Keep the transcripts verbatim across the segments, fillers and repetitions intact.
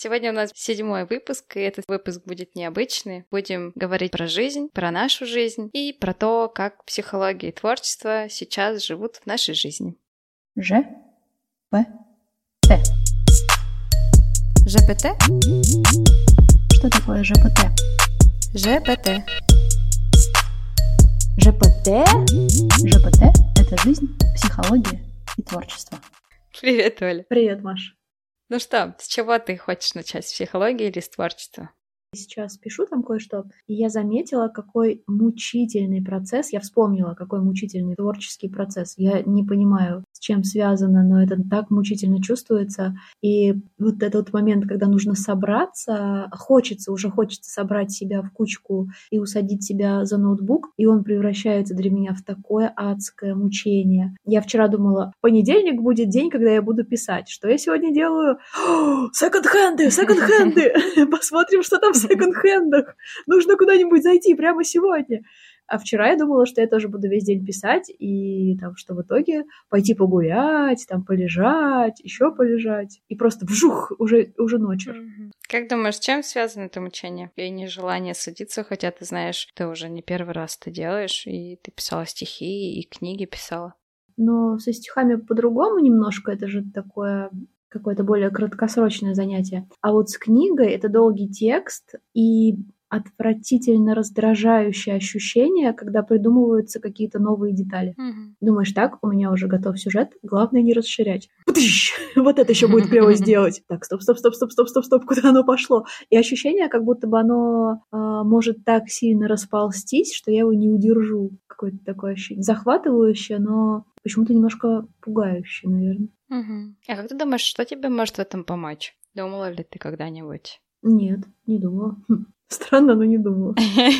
Сегодня у нас седьмой выпуск, и этот выпуск будет необычный. Будем говорить про жизнь, про нашу жизнь и про то, как психология и творчество сейчас живут в нашей жизни. Ж. П. Т. ЖПТ? Что такое ЖПТ? ЖПТ. ЖПТ? ЖПТ — это жизнь, психология и творчество. Привет, Оля. Привет, Маш. Ну что, с чего ты хочешь начать, с психологии или с творчества? Сейчас пишу там кое-что, и я заметила, какой мучительный процесс, я вспомнила, какой мучительный творческий процесс. Я не понимаю, с чем связано, но это так мучительно чувствуется. И вот этот момент, когда нужно собраться, хочется, уже хочется собрать себя в кучку и усадить себя за ноутбук, и он превращается для меня в такое адское мучение. Я вчера думала, понедельник будет день, когда я буду писать. Что я сегодня делаю? Секонд-хенды, секонд-хенды! Посмотрим, что там в секонд-хендах. Нужно куда-нибудь зайти прямо сегодня. А вчера я думала, что я тоже буду весь день писать, и там, что в итоге пойти погулять, там полежать, еще полежать. И просто вжух, уже, уже ночью. Mm-hmm. Как думаешь, с чем связано это мучение? И нежелание садиться, хотя ты знаешь, ты уже не первый раз это делаешь, и ты писала стихи, и книги писала. Но со стихами по-другому немножко, это же такое... какое-то более краткосрочное занятие. А вот с книгой это долгий текст и отвратительно раздражающее ощущение, когда придумываются какие-то новые детали. Mm-hmm. Думаешь, так, у меня уже готов сюжет, главное не расширять. Вот это еще будет клево сделать. Так, стоп, стоп, стоп, стоп, стоп, стоп, стоп, куда оно пошло? И ощущение, как будто бы оно э, может так сильно расползтись, что я его не удержу. Какое-то такое ощущение. Захватывающее, но почему-то немножко пугающее, наверное. Угу. А как ты думаешь, что тебе может в этом помочь? Думала ли ты когда-нибудь? Нет, не думала. Странно, но не думала.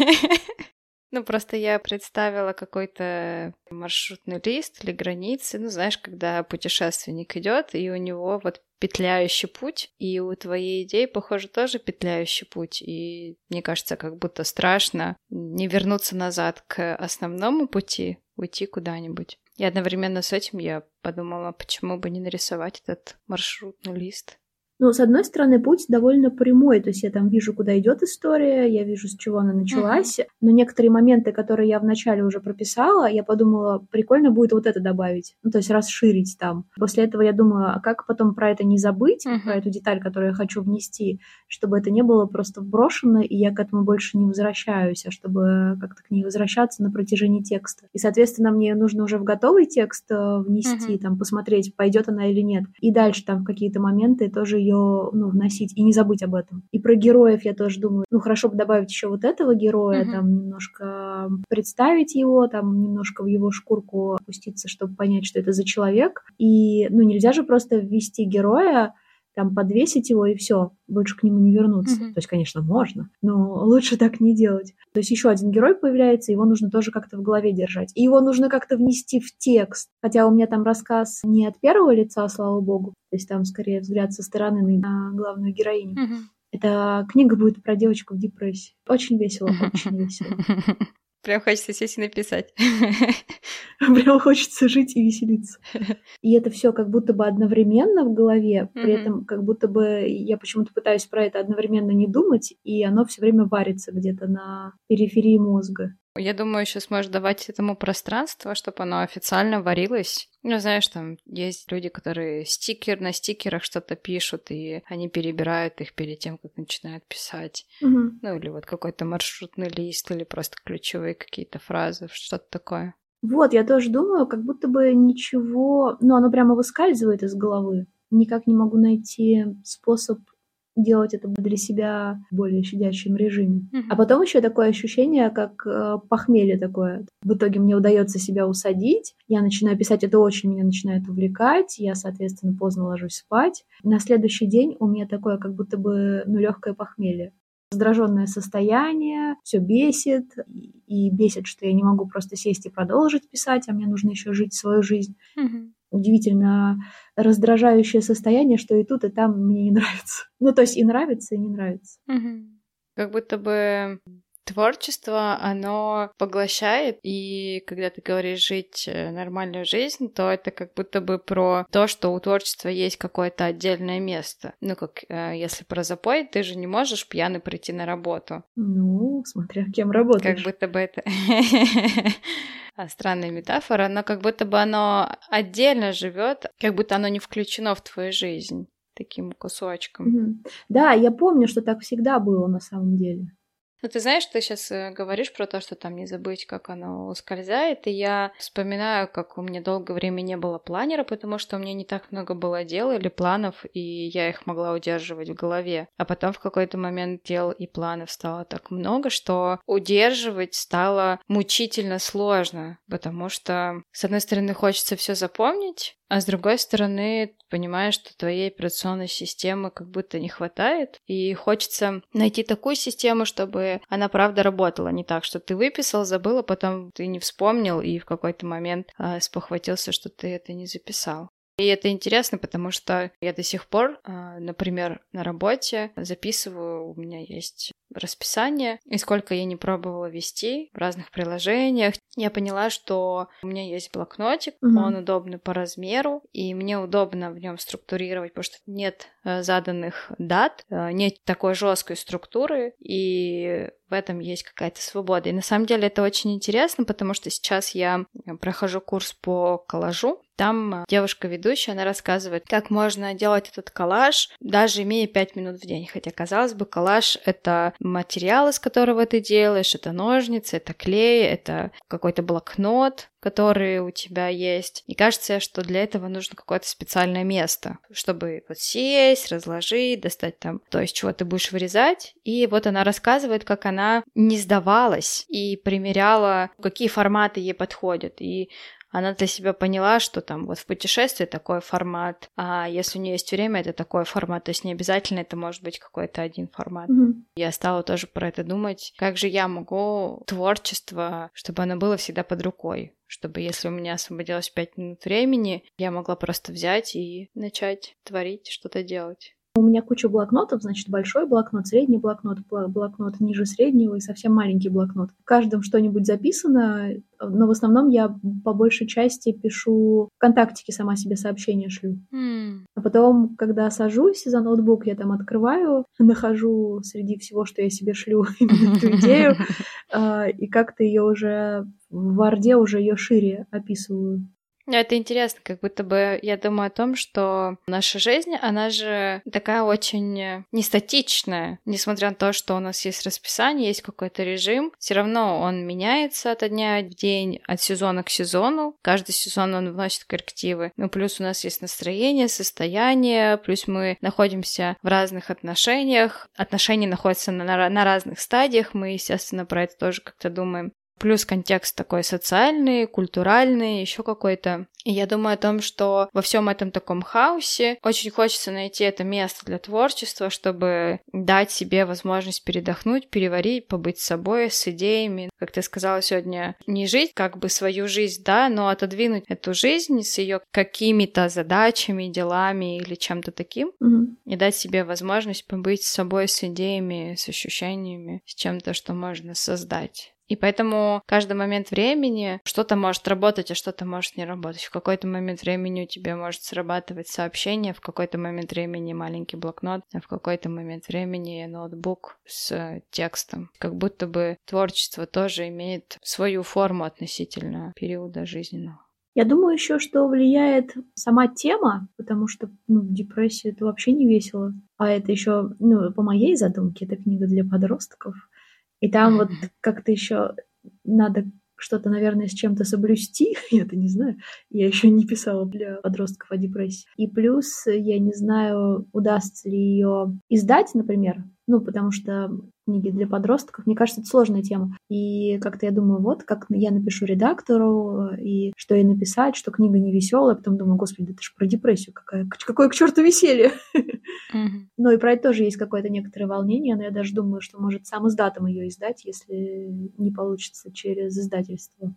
Ну, просто я представила какой-то маршрутный лист или границы. Ну, знаешь, когда путешественник идет, и у него вот петляющий путь, и у твоей идеи, похоже, тоже петляющий путь. И мне кажется, как будто страшно не вернуться назад к основному пути, уйти куда-нибудь. И одновременно с этим я подумала, почему бы не нарисовать этот маршрутный лист. Ну, с одной стороны, путь довольно прямой, то есть я там вижу, куда идет история, я вижу, с чего она началась, uh-huh. но некоторые моменты, которые я вначале уже прописала, я подумала, прикольно будет вот это добавить, ну, то есть расширить там. После этого я думаю, а как потом про это не забыть, uh-huh. про эту деталь, которую я хочу внести, чтобы это не было просто брошено, и я к этому больше не возвращаюсь, а чтобы как-то к ней возвращаться на протяжении текста. И, соответственно, мне нужно уже в готовый текст внести, uh-huh. там, посмотреть, пойдет она или нет. И дальше там в какие-то моменты тоже ее, ну, вносить и не забыть об этом. И про героев я тоже думаю, ну, хорошо бы добавить еще вот этого героя, mm-hmm. там, немножко представить его, там, немножко в его шкурку опуститься, чтобы понять, что это за человек. И, ну, нельзя же просто ввести героя, там, подвесить его и все, больше к нему не вернуться. Mm-hmm. То есть, конечно, можно, но лучше так не делать. То есть еще один герой появляется, его нужно тоже как-то в голове держать. И его нужно как-то внести в текст. Хотя у меня там рассказ не от первого лица, слава богу, то есть там скорее взгляд со стороны на главную героиню. Mm-hmm. Эта книга будет про девочку в депрессии. Очень весело, очень весело. Прям хочется сесть и написать. Прям хочется жить и веселиться. И это все как будто бы одновременно в голове, при mm-hmm. этом как будто бы я почему-то пытаюсь про это одновременно не думать, и оно все время варится где-то на периферии мозга. Я думаю, еще сможешь давать этому пространство, чтобы оно официально варилось. Ну, знаешь, там есть люди, которые стикер на стикерах что-то пишут, и они перебирают их перед тем, как начинают писать. Mm-hmm. Ну, или вот какой-то маршрутный лист, или просто ключевые какие-то фразы, что-то такое. Вот, я тоже думаю, как будто бы ничего... Ну, оно прямо выскальзывает из головы. Никак не могу найти способ делать это для себя в более щадящем режиме. Mm-hmm. А потом еще такое ощущение, как э, похмелье такое. В итоге мне удается себя усадить, я начинаю писать, это очень меня начинает увлекать, я, соответственно, поздно ложусь спать. На следующий день у меня такое, как будто бы, ну, легкое похмелье. Раздраженное состояние, все бесит, и бесит, что я не могу просто сесть и продолжить писать, а мне нужно еще жить свою жизнь. Mm-hmm. Удивительно раздражающее состояние, что и тут, и там мне не нравится. Ну, то есть и нравится, и не нравится. Угу. Как будто бы Творчество, оно поглощает, и когда ты говоришь жить нормальную жизнь, то это как будто бы про то, что у творчества есть какое-то отдельное место. Ну, как если про запой, ты же не можешь пьяный прийти на работу. Ну, смотря кем работаешь. Как будто бы это... Странная метафора, но как будто бы оно отдельно живет, как будто оно не включено в твою жизнь таким кусочком. Mm-hmm. Да, я помню, что так всегда было на самом деле. Ну, ты знаешь, ты сейчас говоришь про то, что там не забыть, как оно ускользает, и я вспоминаю, как у меня долгое время не было планера, потому что у меня не так много было дел или планов, и я их могла удерживать в голове. А потом в какой-то момент дел и планов стало так много, что удерживать стало мучительно сложно, потому что, с одной стороны, хочется все запомнить, а с другой стороны, понимаешь, что твоей операционной системы как будто не хватает, и хочется найти такую систему, чтобы она правда работала, не так, что ты выписал, забыл, а потом ты не вспомнил и в какой-то момент э, спохватился, что ты это не записал. И это интересно, потому что я до сих пор, например, на работе записываю, у меня есть расписание, и сколько я не пробовала вести в разных приложениях, я поняла, что у меня есть блокнотик, mm-hmm. он удобный по размеру, и мне удобно в нем структурировать, потому что нет заданных дат, нет такой жесткой структуры, и в этом есть какая-то свобода. И на самом деле это очень интересно, потому что сейчас я прохожу курс по коллажу. Там девушка-ведущая, она рассказывает, как можно делать этот коллаж, даже имея пять минут в день. Хотя, казалось бы, коллаж — это материал, из которого ты делаешь, это ножницы, это клей, это какой-то блокнот, который у тебя есть. И кажется, что для этого нужно какое-то специальное место, чтобы вот сесть, разложить, достать там то, из чего ты будешь вырезать. И вот она рассказывает, как она не сдавалась и примеряла, какие форматы ей подходят. И она для себя поняла, что там вот в путешествии такой формат, а если у нее есть время, это такой формат, то есть не обязательно это может быть какой-то один формат. Mm-hmm. Я стала тоже про это думать, как же я могу творчество, чтобы оно было всегда под рукой, чтобы если у меня освободилось пять минут времени, я могла просто взять и начать творить, что-то делать. У меня куча блокнотов, значит, большой блокнот, средний блокнот, блокнот ниже среднего и совсем маленький блокнот. В каждом что-нибудь записано, но в основном я по большей части пишу ВКонтактике, сама себе сообщения шлю. Mm. А потом, когда сажусь за ноутбук, я там открываю, нахожу среди всего, что я себе шлю, эту идею, и как-то ее уже в Word уже ее шире описываю. Это интересно, как будто бы я думаю о том, что наша жизнь, она же такая очень не статичная. Несмотря на то, что у нас есть расписание, есть какой-то режим, все равно он меняется от дня в день, от сезона к сезону. Каждый сезон он вносит коррективы. Ну, плюс у нас есть настроение, состояние, плюс мы находимся в разных отношениях. Отношения находятся на, на разных стадиях, мы, естественно, про это тоже как-то думаем. Плюс контекст такой социальный, культуральный, еще какой-то. И я думаю о том, что во всем этом таком хаосе очень хочется найти это место для творчества, чтобы дать себе возможность передохнуть, переварить, побыть с собой, с идеями. Как ты сказала сегодня, не жить как бы свою жизнь, да, но отодвинуть эту жизнь с ее какими-то задачами, делами или чем-то таким, mm-hmm. и дать себе возможность побыть с собой, с идеями, с ощущениями, с чем-то, что можно создать. И поэтому каждый момент времени что-то может работать, а что-то может не работать. В какой-то момент времени у тебя может срабатывать сообщение, в какой-то момент времени маленький блокнот, а в какой-то момент времени ноутбук с текстом. Как будто бы творчество тоже имеет свою форму относительно периода жизненного. Я думаю еще, что влияет сама тема, потому что ну, депрессия — это вообще не весело. А это еще, ну, по моей задумке, это книга для подростков. И там вот как-то еще надо что-то, наверное, с чем-то соблюсти, я-то не знаю, я еще не писала для подростков о депрессии. И плюс я не знаю, удастся ли ее издать, например, ну, потому что книги для подростков, мне кажется, это сложная тема. И как-то я думаю, вот, как я напишу редактору, и что ей написать, что книга не веселая, потом думаю, господи, это же про депрессию, какая, какое к черту веселье. Mm-hmm. Ну, и про это тоже есть какое-то некоторое волнение, но я даже думаю, что может сам издатом ее издать, если не получится через издательство.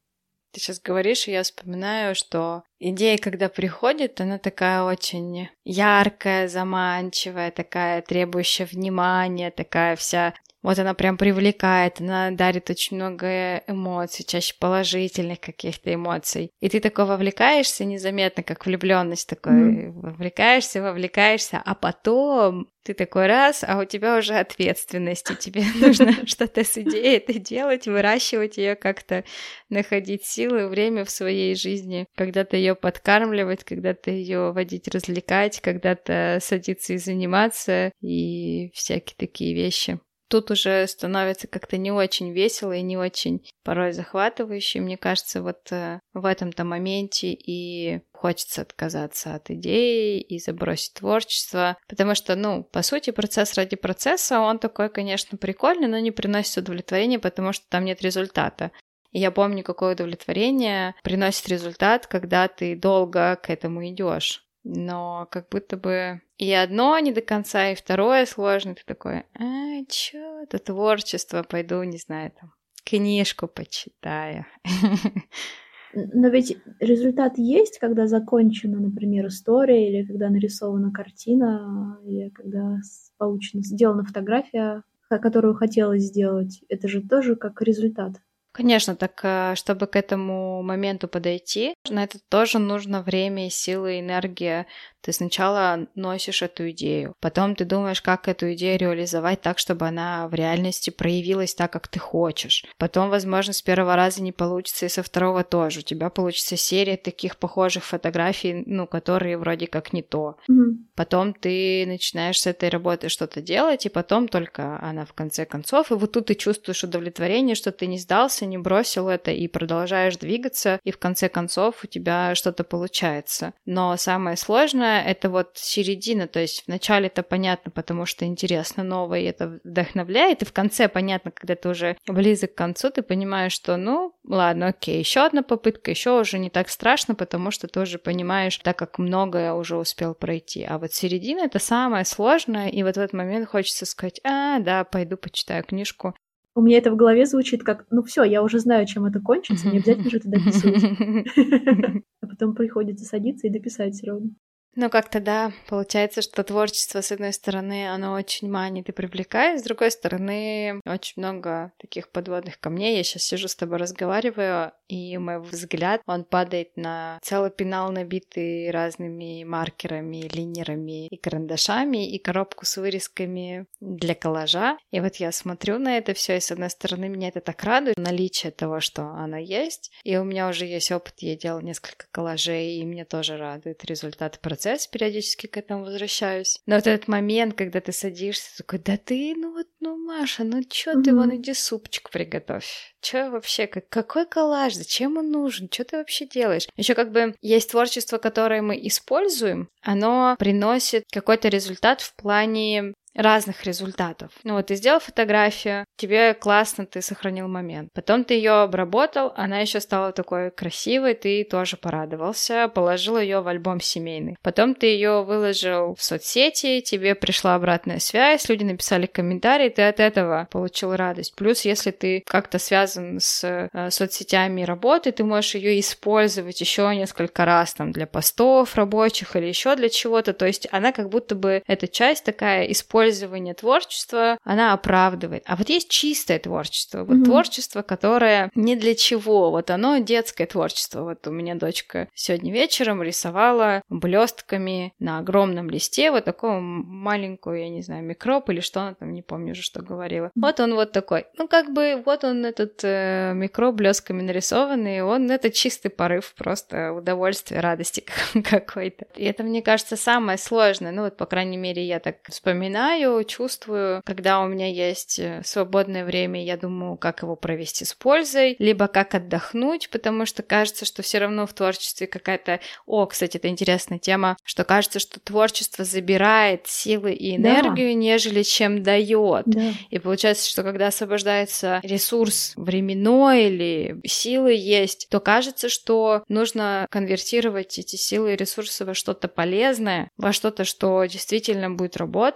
Ты сейчас говоришь, и я вспоминаю, что идея, когда приходит, она такая очень яркая, заманчивая, такая требующая внимания, такая вся вот она прям привлекает, она дарит очень много эмоций, чаще положительных каких-то эмоций. И ты такой вовлекаешься незаметно, как влюбленность такой, mm-hmm. вовлекаешься, вовлекаешься, а потом ты такой раз, а у тебя уже ответственность, и тебе нужно что-то с идеей это делать, выращивать ее как-то, находить силы, время в своей жизни, когда-то ее подкармливать, когда-то ее водить, развлекать, когда-то садиться и заниматься, и всякие такие вещи. Тут уже становится как-то не очень весело и не очень порой захватывающе. Мне кажется, вот э, в этом-то моменте и хочется отказаться от идеи и забросить творчество, потому что, ну, по сути, процесс ради процесса, он такой, конечно, прикольный, но не приносит удовлетворения, потому что там нет результата. И я помню, какое удовлетворение приносит результат, когда ты долго к этому идешь. Но как будто бы и одно не до конца, и второе сложно. Ты такой, а, чё, это творчество, пойду, не знаю, там, книжку почитаю. Но ведь результат есть, когда закончена, например, история, или когда нарисована картина, или когда получена, сделана фотография, которую хотелось сделать. Это же тоже как результат. Конечно, так чтобы к этому моменту подойти, на это тоже нужно время, силы, энергия. Ты сначала носишь эту идею, потом ты думаешь, как эту идею реализовать так, чтобы она в реальности проявилась так, как ты хочешь. Потом, возможно, с первого раза не получится, и со второго тоже. У тебя получится серия таких похожих фотографий, ну, которые вроде как не то. Mm-hmm. Потом ты начинаешь с этой работой что-то делать, и потом только она в конце концов, и вот тут ты чувствуешь удовлетворение, что ты не сдался, не бросил это и продолжаешь двигаться, и в конце концов у тебя что-то получается. Но самое сложное — это вот середина, то есть вначале это понятно, потому что интересно новое, и это вдохновляет, и в конце понятно, когда ты уже близок к концу, ты понимаешь, что ну, ладно, окей, еще одна попытка, еще уже не так страшно, потому что ты уже понимаешь, так как многое уже успел пройти. А вот середина — это самое сложное, и вот в этот момент хочется сказать, а, да, пойду почитаю книжку. У меня это в голове звучит как, ну все, я уже знаю, чем это кончится, не обязательно же это дописывать. А потом приходится садиться и дописать все равно. Ну, как-то да, получается, что творчество, с одной стороны, оно очень манит и привлекает, с другой стороны, очень много таких подводных камней. Я сейчас сижу с тобой, разговариваю, и мой взгляд, он падает на целый пенал, набитый разными маркерами, линерами и карандашами, и коробку с вырезками для коллажа. И вот я смотрю на это все, и с одной стороны, меня это так радует, наличие того, что оно есть. И у меня уже есть опыт, я делала несколько коллажей, и меня тоже радует результат процесса. Периодически к этому возвращаюсь. Но вот этот момент, когда ты садишься, такой, да ты, ну вот, ну, Маша, ну чё mm-hmm. ты, вон, иди супчик приготовь. Чё вообще, как, какой коллаж, зачем он нужен, чё ты вообще делаешь? Еще как бы есть творчество, которое мы используем, оно приносит какой-то результат в плане разных результатов. Ну вот ты сделал фотографию, тебе классно, ты сохранил момент. Потом ты ее обработал, она еще стала такой красивой, ты тоже порадовался, положил ее в альбом семейный. Потом ты ее выложил в соцсети, тебе пришла обратная связь, люди написали комментарии, ты от этого получил радость. Плюс, если ты как-то связан с э, соцсетями работы, ты можешь ее использовать еще несколько раз там для постов рабочих или еще для чего-то. То есть она как будто бы, эта часть такая использование Использование творчества, она оправдывает. А вот есть чистое творчество, вот mm-hmm. творчество, которое не для чего, вот оно детское творчество. Вот у меня дочка сегодня вечером рисовала блестками на огромном листе вот такого маленькую, я не знаю, микроб или что она там, не помню уже, что говорила. Mm-hmm. Вот он вот такой. Ну, как бы, вот он, этот э, микроб блестками нарисованный, он, это чистый порыв, просто удовольствие, радости какой-то. И это, мне кажется, самое сложное. Ну, вот, по крайней мере, я так вспоминаю, чувствую, когда у меня есть свободное время, я думаю, как его провести с пользой, либо как отдохнуть, потому что кажется, что все равно в творчестве какая-то... О, кстати, это интересная тема, что кажется, что творчество забирает силы и энергию, да. нежели чем дает. Да. И получается, что когда освобождается ресурс временной или силы есть, то кажется, что нужно конвертировать эти силы и ресурсы во что-то полезное, во что-то, что действительно будет работать, и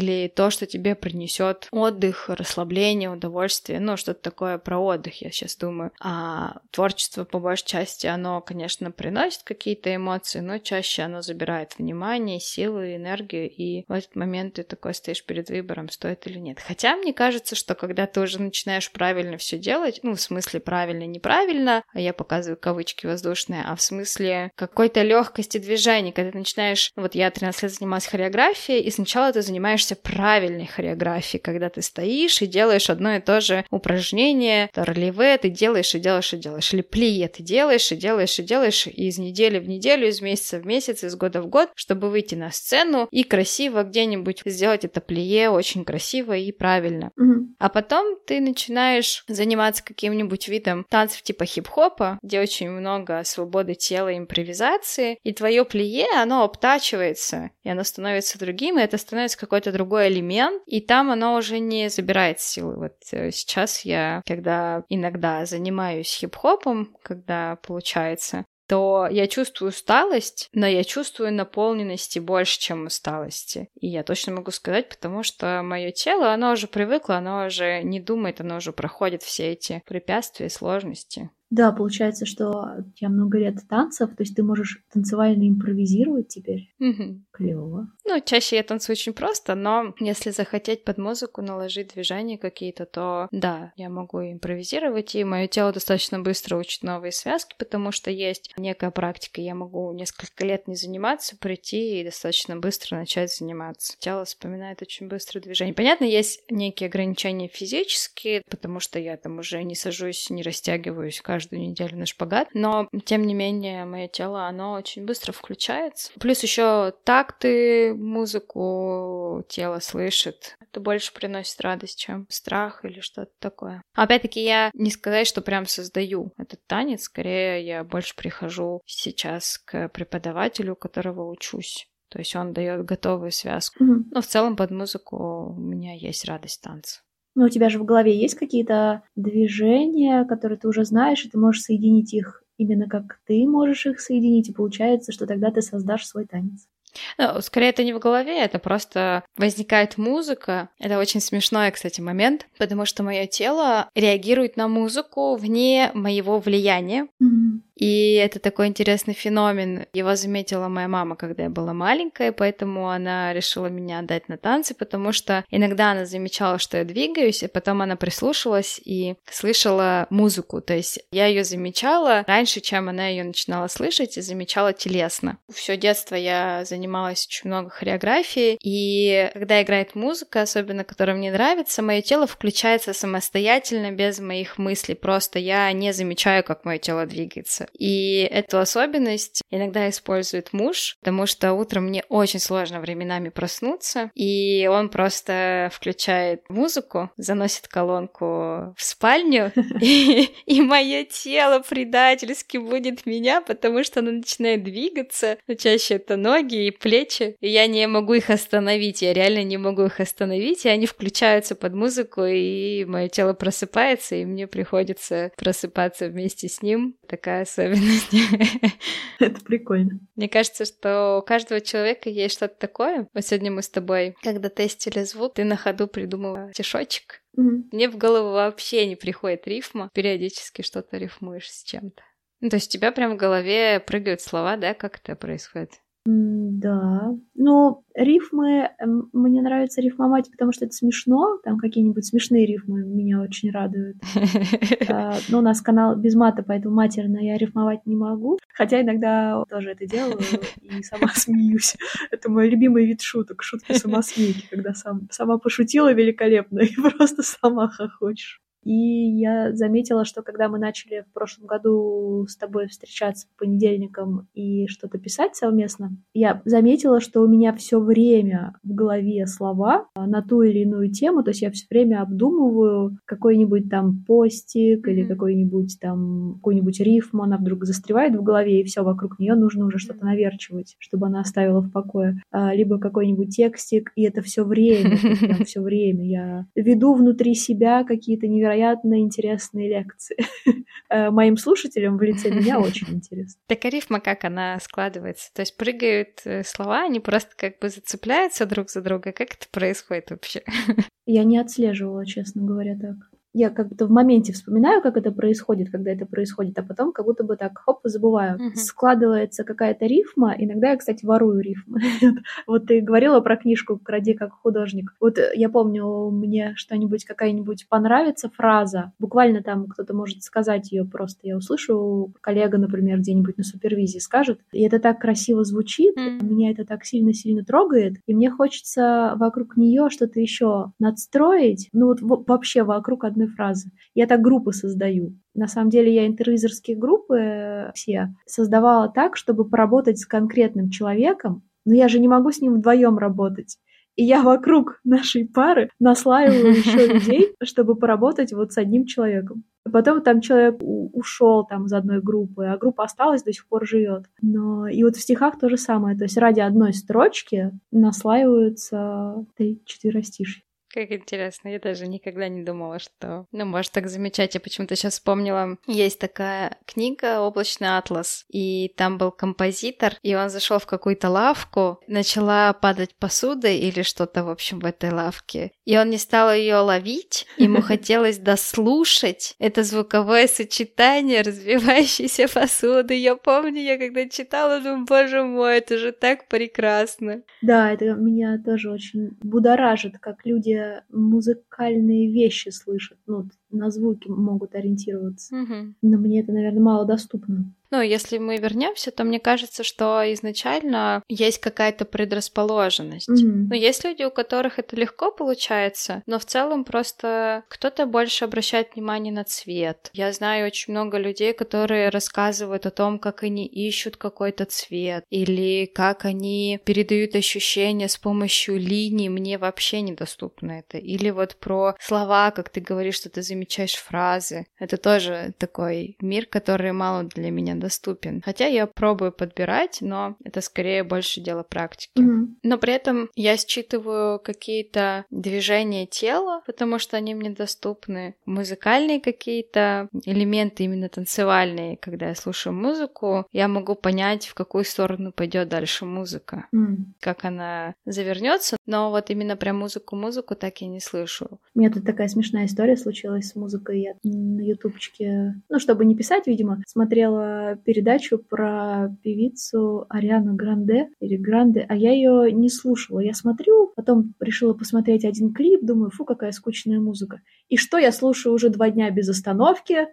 или то, что тебе принесет отдых, расслабление, удовольствие, ну, что-то такое про отдых, я сейчас думаю. А творчество, по большей части, оно, конечно, приносит какие-то эмоции, но чаще оно забирает внимание, силы, энергию, и в этот момент ты такой стоишь перед выбором, стоит или нет. Хотя мне кажется, что когда ты уже начинаешь правильно все делать, ну, в смысле правильно, неправильно, а я показываю кавычки воздушные, а в смысле какой-то легкости движения, когда ты начинаешь, вот я тринадцать лет занималась хореографией, и сначала ты занимаешься правильной хореографией, когда ты стоишь и делаешь одно и то же упражнение, то ролеве ты делаешь и делаешь и делаешь, или плие ты делаешь и делаешь и делаешь и из недели в неделю, из месяца в месяц, из года в год, чтобы выйти на сцену и красиво где-нибудь сделать это плие очень красиво и правильно. Mm-hmm. А потом ты начинаешь заниматься каким-нибудь видом танцев типа хип-хопа, где очень много свободы тела и импровизации, и твое плие, оно обтачивается, и оно становится другим, и это становится какой-то другой элемент, и там оно уже не забирает силы. Вот сейчас я, когда иногда занимаюсь хип-хопом, когда получается, то я чувствую усталость, но я чувствую наполненности больше, чем усталости. И я точно могу сказать, потому что мое тело, оно уже привыкло, оно уже не думает, оно уже проходит все эти препятствия и сложности. Да, получается, что у тебя много лет танцев, то есть ты можешь танцевально импровизировать теперь. Угу. Клево. Ну, чаще я танцую очень просто, но если захотеть под музыку наложить движения какие-то, то да, я могу импровизировать, и мое тело достаточно быстро учит новые связки, потому что есть некая практика, я могу несколько лет не заниматься, прийти и достаточно быстро начать заниматься. Тело вспоминает очень быстро движение. Понятно, есть некие ограничения физические, потому что я там уже не сажусь, не растягиваюсь каждую каждую неделю на шпагат, но тем не менее мое тело, оно очень быстро включается. Плюс еще такты, музыку тело слышит. Это больше приносит радость, чем страх или что-то такое. Опять-таки я не сказать, что прям создаю этот танец, скорее я больше прихожу сейчас к преподавателю, у которого учусь. То есть он дает готовую связку. Mm-hmm. Но в целом под музыку у меня есть радость танца. Ну, у тебя же в голове есть какие-то движения, которые ты уже знаешь, и ты можешь соединить их именно как ты можешь их соединить, и получается, что тогда ты создашь свой танец. Ну, скорее, это не в голове, это просто возникает музыка. Это очень смешной, кстати, момент, потому что мое тело реагирует на музыку вне моего влияния. Mm-hmm. И это такой интересный феномен. Его заметила моя мама, когда я была маленькая, поэтому она решила меня отдать на танцы, потому что иногда она замечала, что я двигаюсь, и потом она прислушалась и слышала музыку. То есть я ее замечала раньше, чем она ее начинала слышать, и замечала телесно. Все детство я занималась очень много хореографией, и когда играет музыка, особенно которая мне нравится, мое тело включается самостоятельно, без моих мыслей. Просто я не замечаю, как мое тело двигается. И эту особенность иногда использует муж, потому что утром мне очень сложно временами проснуться, и он просто включает музыку, заносит колонку в спальню, и мое тело предательски будет меня, потому что оно начинает двигаться, но чаще это ноги и плечи, и я не могу их остановить, я реально не могу их остановить, и они включаются под музыку, и мое тело просыпается, и мне приходится просыпаться вместе с ним. Такая особенность. Это прикольно. Мне кажется, что у каждого человека есть что-то такое. Вот сегодня мы с тобой, когда тестили звук, ты на ходу придумала стишочек. Mm-hmm. Мне в голову вообще не приходит рифма. Периодически что-то рифмуешь с чем-то. Ну, то есть у тебя прям в голове прыгают слова, да? Как это происходит? Да. Ну, рифмы... Мне нравится рифмовать, потому что это смешно. Там какие-нибудь смешные рифмы меня очень радуют. Но у нас канал без мата, поэтому матерно я рифмовать не могу. Хотя иногда тоже это делаю и сама смеюсь. Это мой любимый вид шуток. Шутки-самосмейки, когда сам, сама пошутила великолепно и просто сама хохочешь. И я заметила, что когда мы начали в прошлом году с тобой встречаться по понедельникам и что-то писать совместно, я заметила, что у меня все время в голове слова на ту или иную тему, то есть я все время обдумываю какой-нибудь там постик mm-hmm. или какой-нибудь там какую-нибудь рифму, она вдруг застревает в голове, и все вокруг нее нужно уже что-то наверчивать, чтобы она оставила в покое. Либо какой-нибудь текстик, и это все время, прям все время я веду внутри себя какие-то невероятные невероятно интересные лекции. Моим слушателям в лице меня очень интересно. Так а рифма как она складывается? То есть прыгают слова, они просто как бы зацепляются друг за друга? Как это происходит? происходит вообще? Я не отслеживала, честно говоря, так. Я как будто в моменте вспоминаю, как это происходит, когда это происходит, а потом как будто бы так, хоп, забываю. Мгм. Складывается какая-то рифма. Иногда я, кстати, ворую рифмы. Вот ты говорила про книжку «Кради как художник». Вот э, я помню, мне что-нибудь, какая-нибудь понравится фраза. Буквально там кто-то может сказать ее просто. Я услышу, коллега, например, где-нибудь на супервизии скажет. И это так красиво звучит, М. меня это так сильно-сильно трогает. И мне хочется вокруг нее что-то еще надстроить. Ну вот во- вообще вокруг одной фразы. Я так группы создаю. На самом деле я интервизорские группы э, все создавала так, чтобы поработать с конкретным человеком, но я же не могу с ним вдвоем работать. И я вокруг нашей пары наслаиваю еще людей, чтобы поработать вот с одним человеком. Потом там человек у- ушел там из одной группы, а группа осталась, до сих пор живет. Но и вот в стихах то же самое. То есть ради одной строчки наслаиваются три четверостишья. Как интересно, я даже никогда не думала, что... Ну, может так замечать. Я почему-то сейчас вспомнила, есть такая книга «Облачный атлас», и там был композитор, и он зашел в какую-то лавку, начала падать посуда или что-то, в общем, в этой лавке, и он не стал ее ловить, ему хотелось дослушать это звуковое сочетание разбивающейся посуды. Я помню, я когда читала, думаю, боже мой, это же так прекрасно. Да, это меня тоже очень будоражит, как люди музыкальные вещи слышат, ну, на звуки могут ориентироваться. Мгм. Но мне это, наверное, мало доступно. Ну, если мы вернемся, то мне кажется, что изначально есть какая-то предрасположенность. Мгм. Ну, есть люди, у которых это легко получается, но в целом просто кто-то больше обращает внимание на цвет. Я знаю очень много людей, которые рассказывают о том, как они ищут какой-то цвет, или как они передают ощущения с помощью линий. Мне вообще недоступно это. Или вот про слова, как ты говоришь, что ты замечаешь фразы. Это тоже такой мир, который мало для меня доступен. Хотя я пробую подбирать, но это скорее больше дело практики. Мгм. Но при этом я считываю какие-то движения тела, потому что они мне доступны. Музыкальные какие-то элементы, именно танцевальные. Когда я слушаю музыку, я могу понять, в какую сторону пойдет дальше музыка, М. как она завернется. Но вот именно прям музыку-музыку так я не слышу. У меня тут такая смешная история случилась с музыкой. Я на ютубчике, ну, чтобы не писать, видимо, смотрела передачу про певицу Ариану Гранде или Гранде, а я ее не слушала. Я смотрю, потом решила посмотреть один клип, думаю, фу, какая скучная музыка. И что я слушаю уже два дня без остановки?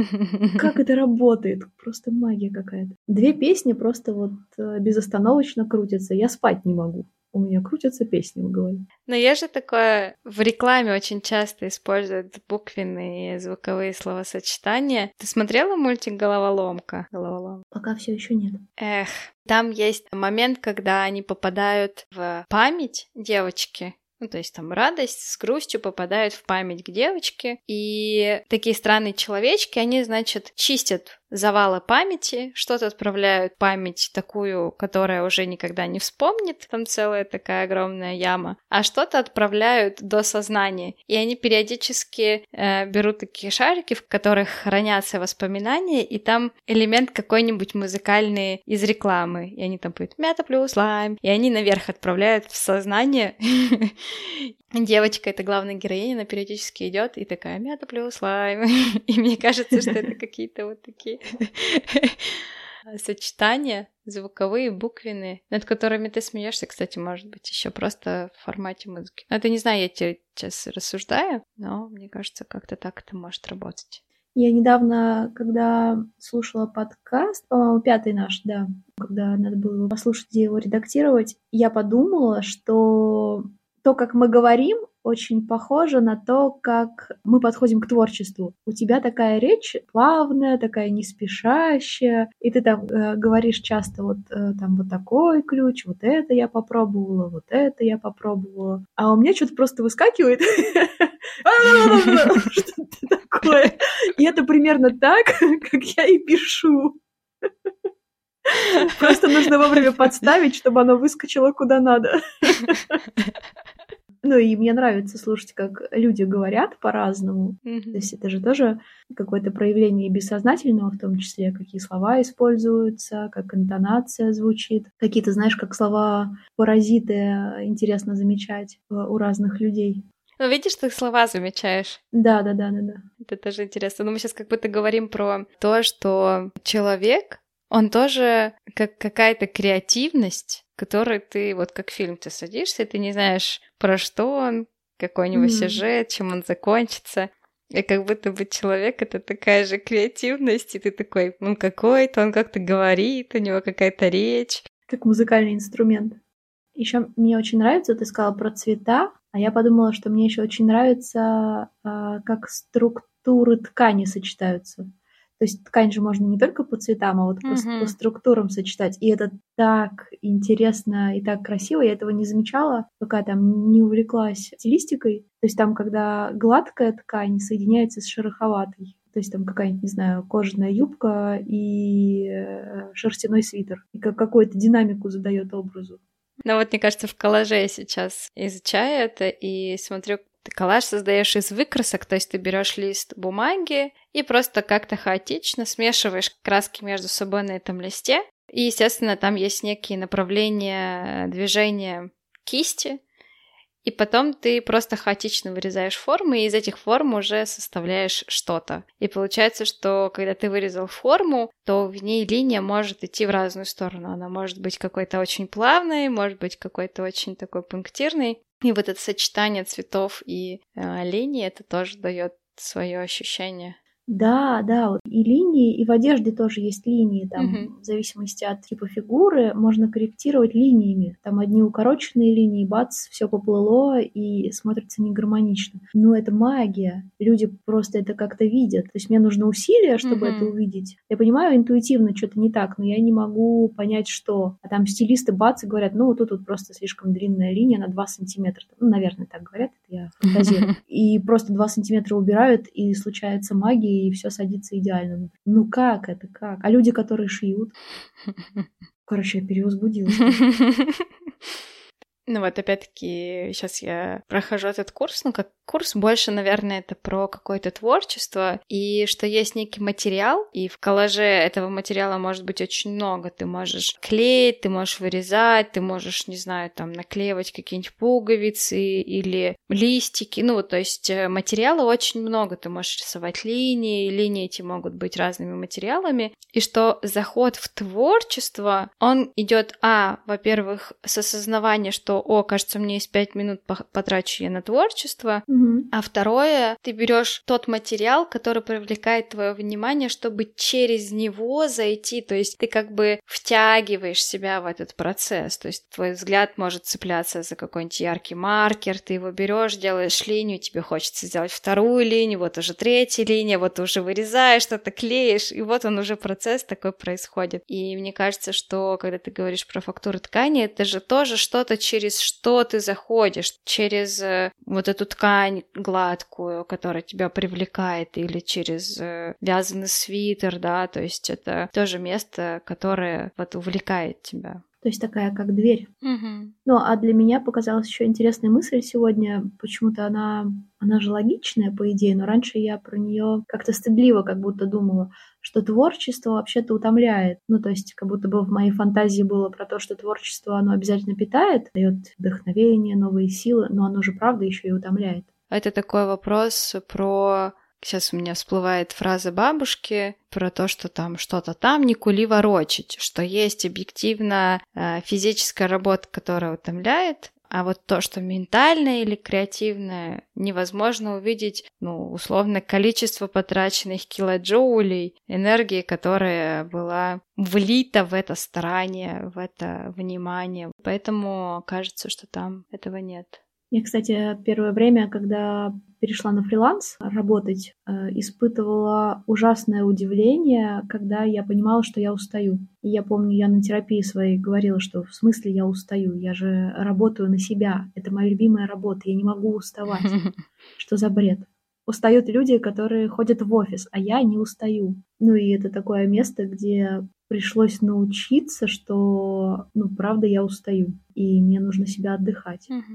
Как это работает? Просто магия какая-то. Две песни просто вот э, безостановочно крутятся. Я спать не могу. У меня крутятся песни в голове. Но я же такое в рекламе очень часто используют буквенные звуковые словосочетания. Ты смотрела мультик «Головоломка»? Головоломка. Пока все еще нет. Эх, там есть момент, когда они попадают в память девочки. Ну, то есть там радость с грустью попадают в память к девочке. И такие странные человечки, они, значит, чистят завалы памяти, что-то отправляют в память такую, которая уже никогда не вспомнит, там целая такая огромная яма, а что-то отправляют до сознания. И они периодически э, берут такие шарики, в которых хранятся воспоминания, и там элемент какой-нибудь музыкальный из рекламы. И они там поют «Мята плюс лайм», и они наверх отправляют в сознание. Девочка, это главная героиня, она периодически идет и такая «Мята плюс лайм». И мне кажется, что это какие-то вот такие сочетания звуковые, буквенные, над которыми ты смеешься, кстати, может быть, еще просто в формате музыки. Это не знаю, я тебе сейчас рассуждаю, но мне кажется, как-то так это может работать. Я недавно, когда слушала подкаст, по-моему, пятый наш, да, когда надо было его послушать и его редактировать, я подумала, что то, как мы говорим, очень похоже на то, как мы подходим к творчеству. У тебя такая речь плавная, такая не спешащая, и ты там э, говоришь часто вот э, там вот такой ключ, вот это я попробовала, вот это я попробовала. А у меня что-то просто выскакивает. Что-то такое. И это примерно так, как я и пишу. Просто нужно вовремя подставить, чтобы оно выскочило куда надо. Ну, и мне нравится слушать, как люди говорят по-разному. Мгм. То есть это же тоже какое-то проявление бессознательного, в том числе, какие слова используются, как интонация звучит. Какие-то, знаешь, как слова-паразиты интересно замечать э, у разных людей. Ну, видишь, ты слова замечаешь. Да, да, да, да, да. Это тоже интересно. Но мы сейчас как будто говорим про то, что человек, он тоже как какая-то креативность, которой ты, вот как фильм, ты садишься, и ты не знаешь, про что он, какой у него Мгм. сюжет, чем он закончится. И как будто бы человек — это такая же креативность, и ты такой, ну, какой-то, он как-то говорит, у него какая-то речь. Как музыкальный инструмент. Еще мне очень нравится, ты сказала про цвета, а я подумала, что мне еще очень нравится, а, как структуры ткани сочетаются. То есть ткань же можно не только по цветам, а вот по, с- по Мгм. структурам сочетать. И это так интересно и так красиво. Я этого не замечала, пока там не увлеклась стилистикой. То есть там, когда гладкая ткань соединяется с шероховатой. То есть там какая-нибудь, не знаю, кожаная юбка и э, шерстяной свитер. И как какую-то динамику задает образу. Ну вот, мне кажется, в коллаже я сейчас изучаю это и смотрю, ты коллаж создаешь из выкрасок, то есть ты берешь лист бумаги и просто как-то хаотично смешиваешь краски между собой на этом листе. И, естественно, там есть некие направления движения кисти, и потом ты просто хаотично вырезаешь формы, и из этих форм уже составляешь что-то. И получается, что когда ты вырезал форму, то в ней линия может идти в разную сторону. Она может быть какой-то очень плавной, может быть какой-то очень такой пунктирной. И вот это сочетание цветов и э, линий, это тоже дает свое ощущение. Да, да, вот и линии, и в одежде тоже есть линии, там, Мгм. в зависимости от типа фигуры, можно корректировать линиями. Там одни укороченные линии, бац, все поплыло и смотрится негармонично. Но это магия. Люди просто это как-то видят. То есть мне нужно усилие, чтобы это Мгм. увидеть. Я понимаю, интуитивно что-то не так, но я не могу понять, что. А там стилисты бац и говорят, ну, вот тут вот просто слишком длинная линия на два сантиметра. Ну, наверное, так говорят, это я фантазирую. И просто два сантиметра убирают, и случается магия, и все садится идеально. Ну как это, как? А люди, которые шьют? Короче, я перевозбудилась. Ну вот опять-таки сейчас я прохожу этот курс, ну как курс больше, наверное, это про какое-то творчество, и что есть некий материал, и в коллаже этого материала может быть очень много. Ты можешь клеить, ты можешь вырезать, ты можешь, не знаю, там наклеивать какие-нибудь пуговицы или листики, ну вот, то есть э, материала очень много, ты можешь рисовать линии, линии эти могут быть разными материалами, и что заход в творчество, он идет, а, во-первых, с осознавания, что, о, кажется, у меня есть пять минут, потрачу я на творчество. Мгм. А второе, ты берешь тот материал, который привлекает твое внимание, чтобы через него зайти. То есть ты как бы втягиваешь себя в этот процесс. То есть твой взгляд может цепляться за какой-нибудь яркий маркер, ты его берешь, делаешь линию, тебе хочется сделать вторую линию, вот уже третья линия, вот ты уже вырезаешь что-то, клеишь, и вот он уже процесс такой происходит. И мне кажется, что когда ты говоришь про фактуру ткани, это же тоже что-то, через что ты заходишь, через э, вот эту ткань гладкую, которая тебя привлекает, или через э, вязаный свитер, да, то есть это тоже место, которое вот увлекает тебя. То есть такая, как дверь. Угу. Ну, а для меня показалась еще интересная мысль сегодня. Почему-то она, она же логичная, по идее, но раньше я про нее как-то стыдливо как будто думала, что творчество вообще-то утомляет. Ну, то есть как будто бы в моей фантазии было про то, что творчество, оно обязательно питает, дает вдохновение, новые силы, но оно же правда еще и утомляет. Это такой вопрос про... Сейчас у меня всплывает фраза бабушки про то, что там что-то там не кули ворочить, что есть объективно э, физическая работа, которая утомляет, а вот то, что ментальное или креативное, невозможно увидеть, ну, условно, количество потраченных килоджоулей энергии, которая была влита в это старание, в это внимание. Поэтому кажется, что там этого нет. Я, кстати, первое время, когда перешла на фриланс работать, испытывала ужасное удивление, когда я понимала, что я устаю. И я помню, я на терапии своей говорила, что в смысле я устаю? Я же работаю на себя. Это моя любимая работа. Я не могу уставать. Что за бред? Устают люди, которые ходят в офис, а я не устаю. Ну и это такое место, где пришлось научиться, что, ну, правда, я устаю, и мне нужно себя отдыхать.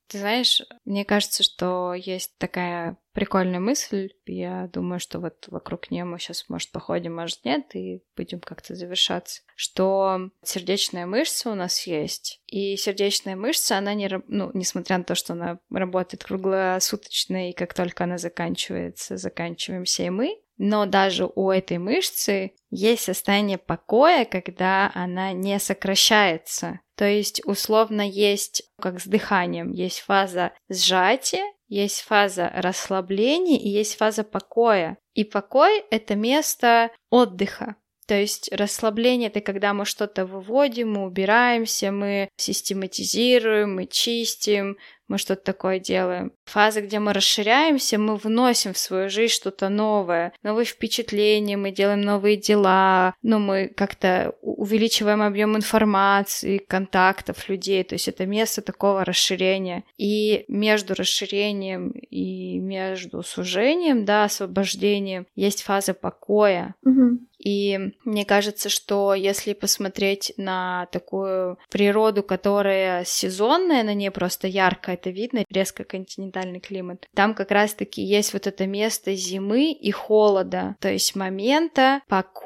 Ты знаешь, мне кажется, что есть такая прикольная мысль. Я думаю, что вот вокруг нее мы сейчас, может, походим, может, нет, и будем как-то завершаться. Что сердечная мышца у нас есть. И сердечная мышца, она не... Ну, несмотря на то, что она работает круглосуточно, и как только она заканчивается, заканчиваемся и мы, но даже у этой мышцы есть состояние покоя, когда она не сокращается. То есть, условно, есть, как с дыханием, есть фаза сжатия, есть фаза расслабления и есть фаза покоя. И покой — это место отдыха. То есть расслабление — это когда мы что-то выводим, мы убираемся, мы систематизируем, мы чистим, мы что-то такое делаем. Фаза, где мы расширяемся, мы вносим в свою жизнь что-то новое, новые впечатления, мы делаем новые дела, ну, мы как-то увеличиваем объем информации, контактов людей, то есть это место такого расширения. И между расширением и между сужением, да, освобождением, есть фаза покоя. Угу. И мне кажется, что если посмотреть на такую природу, которая сезонная, на ней просто ярко это видно, резко континентальный климат, там как раз-таки есть вот это место зимы и холода, то есть момента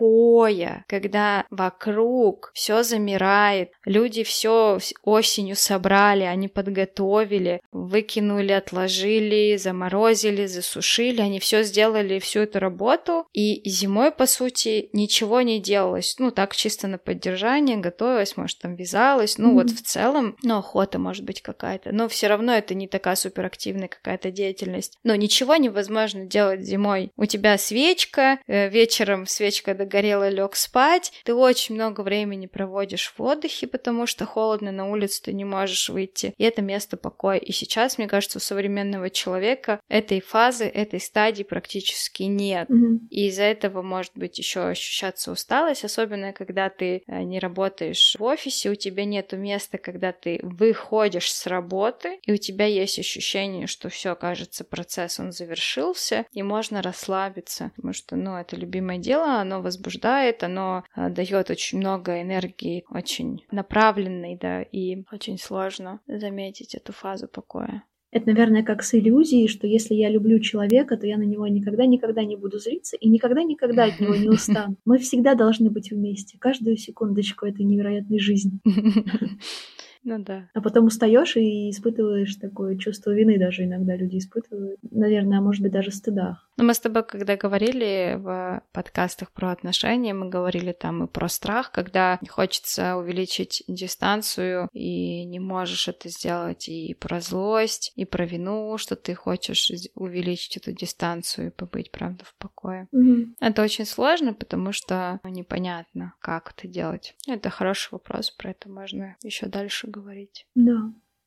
покоя, когда вокруг все замирает, люди все осенью собрали, они подготовили, выкинули, отложили, заморозили, засушили, они все сделали, всю эту работу, и зимой, по сути, ничего не делалось, ну, так чисто на поддержание, готовилась, может, там вязалась, ну, mm-hmm. вот в целом, ну, охота, может быть, какая-то, но все равно это не такая суперактивная какая-то деятельность. Но ничего невозможно делать зимой. У тебя свечка, э, вечером свечка догорела, лег спать, ты очень много времени проводишь в отдыхе, потому что холодно, на улицу ты не можешь выйти, и это место покоя. И сейчас, мне кажется, у современного человека этой фазы, этой стадии практически нет. Mm-hmm. И из-за этого, может быть, еще ощущаться усталость, особенно когда ты не работаешь в офисе, у тебя нету места, когда ты выходишь с работы, и у тебя есть ощущение, что все, кажется, процесс, он завершился, и можно расслабиться, потому что, ну, это любимое дело, оно возбуждает, оно дает очень много энергии, очень направленной, да, и очень сложно заметить эту фазу покоя. Это, наверное, как с иллюзией, что если я люблю человека, то я на него никогда-никогда не буду злиться и никогда-никогда от него не устану. Мы всегда должны быть вместе, каждую секундочку этой невероятной жизни. Ну да. А потом устаешь и испытываешь такое чувство вины, даже иногда люди испытывают. Наверное, может быть, даже стыда. Ну, мы с тобой, когда говорили в подкастах про отношения, мы говорили там и про страх, когда хочется увеличить дистанцию, и не можешь это сделать, и про злость, и про вину, что ты хочешь увеличить эту дистанцию и побыть, правда, в покое. Угу. Это очень сложно, потому что непонятно, как это делать. Это хороший вопрос, про это можно еще дальше говорить. Да.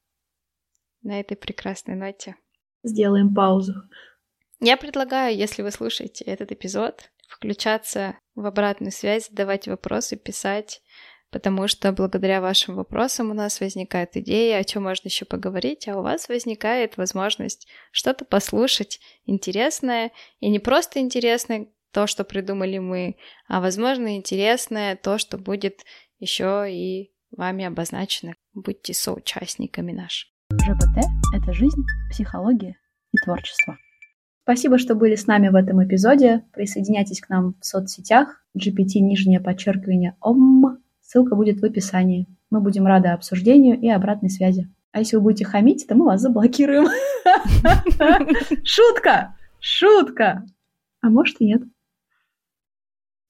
На этой прекрасной ноте сделаем паузу. Я предлагаю, если вы слушаете этот эпизод, включаться в обратную связь, задавать вопросы, писать, потому что благодаря вашим вопросам у нас возникает идея, о чем можно еще поговорить, а у вас возникает возможность что-то послушать интересное, и не просто интересное то, что придумали мы, а, возможно, интересное то, что будет еще и вами обозначено. Будьте соучастниками нашими. ЖПТ – это жизнь, психология и творчество. Спасибо, что были с нами в этом эпизоде. Присоединяйтесь к нам в соцсетях. джи пи ти нижнее подчеркивание ом. Ссылка будет в описании. Мы будем рады обсуждению и обратной связи. А если вы будете хамить, то мы вас заблокируем. Шутка! Шутка! А может и нет.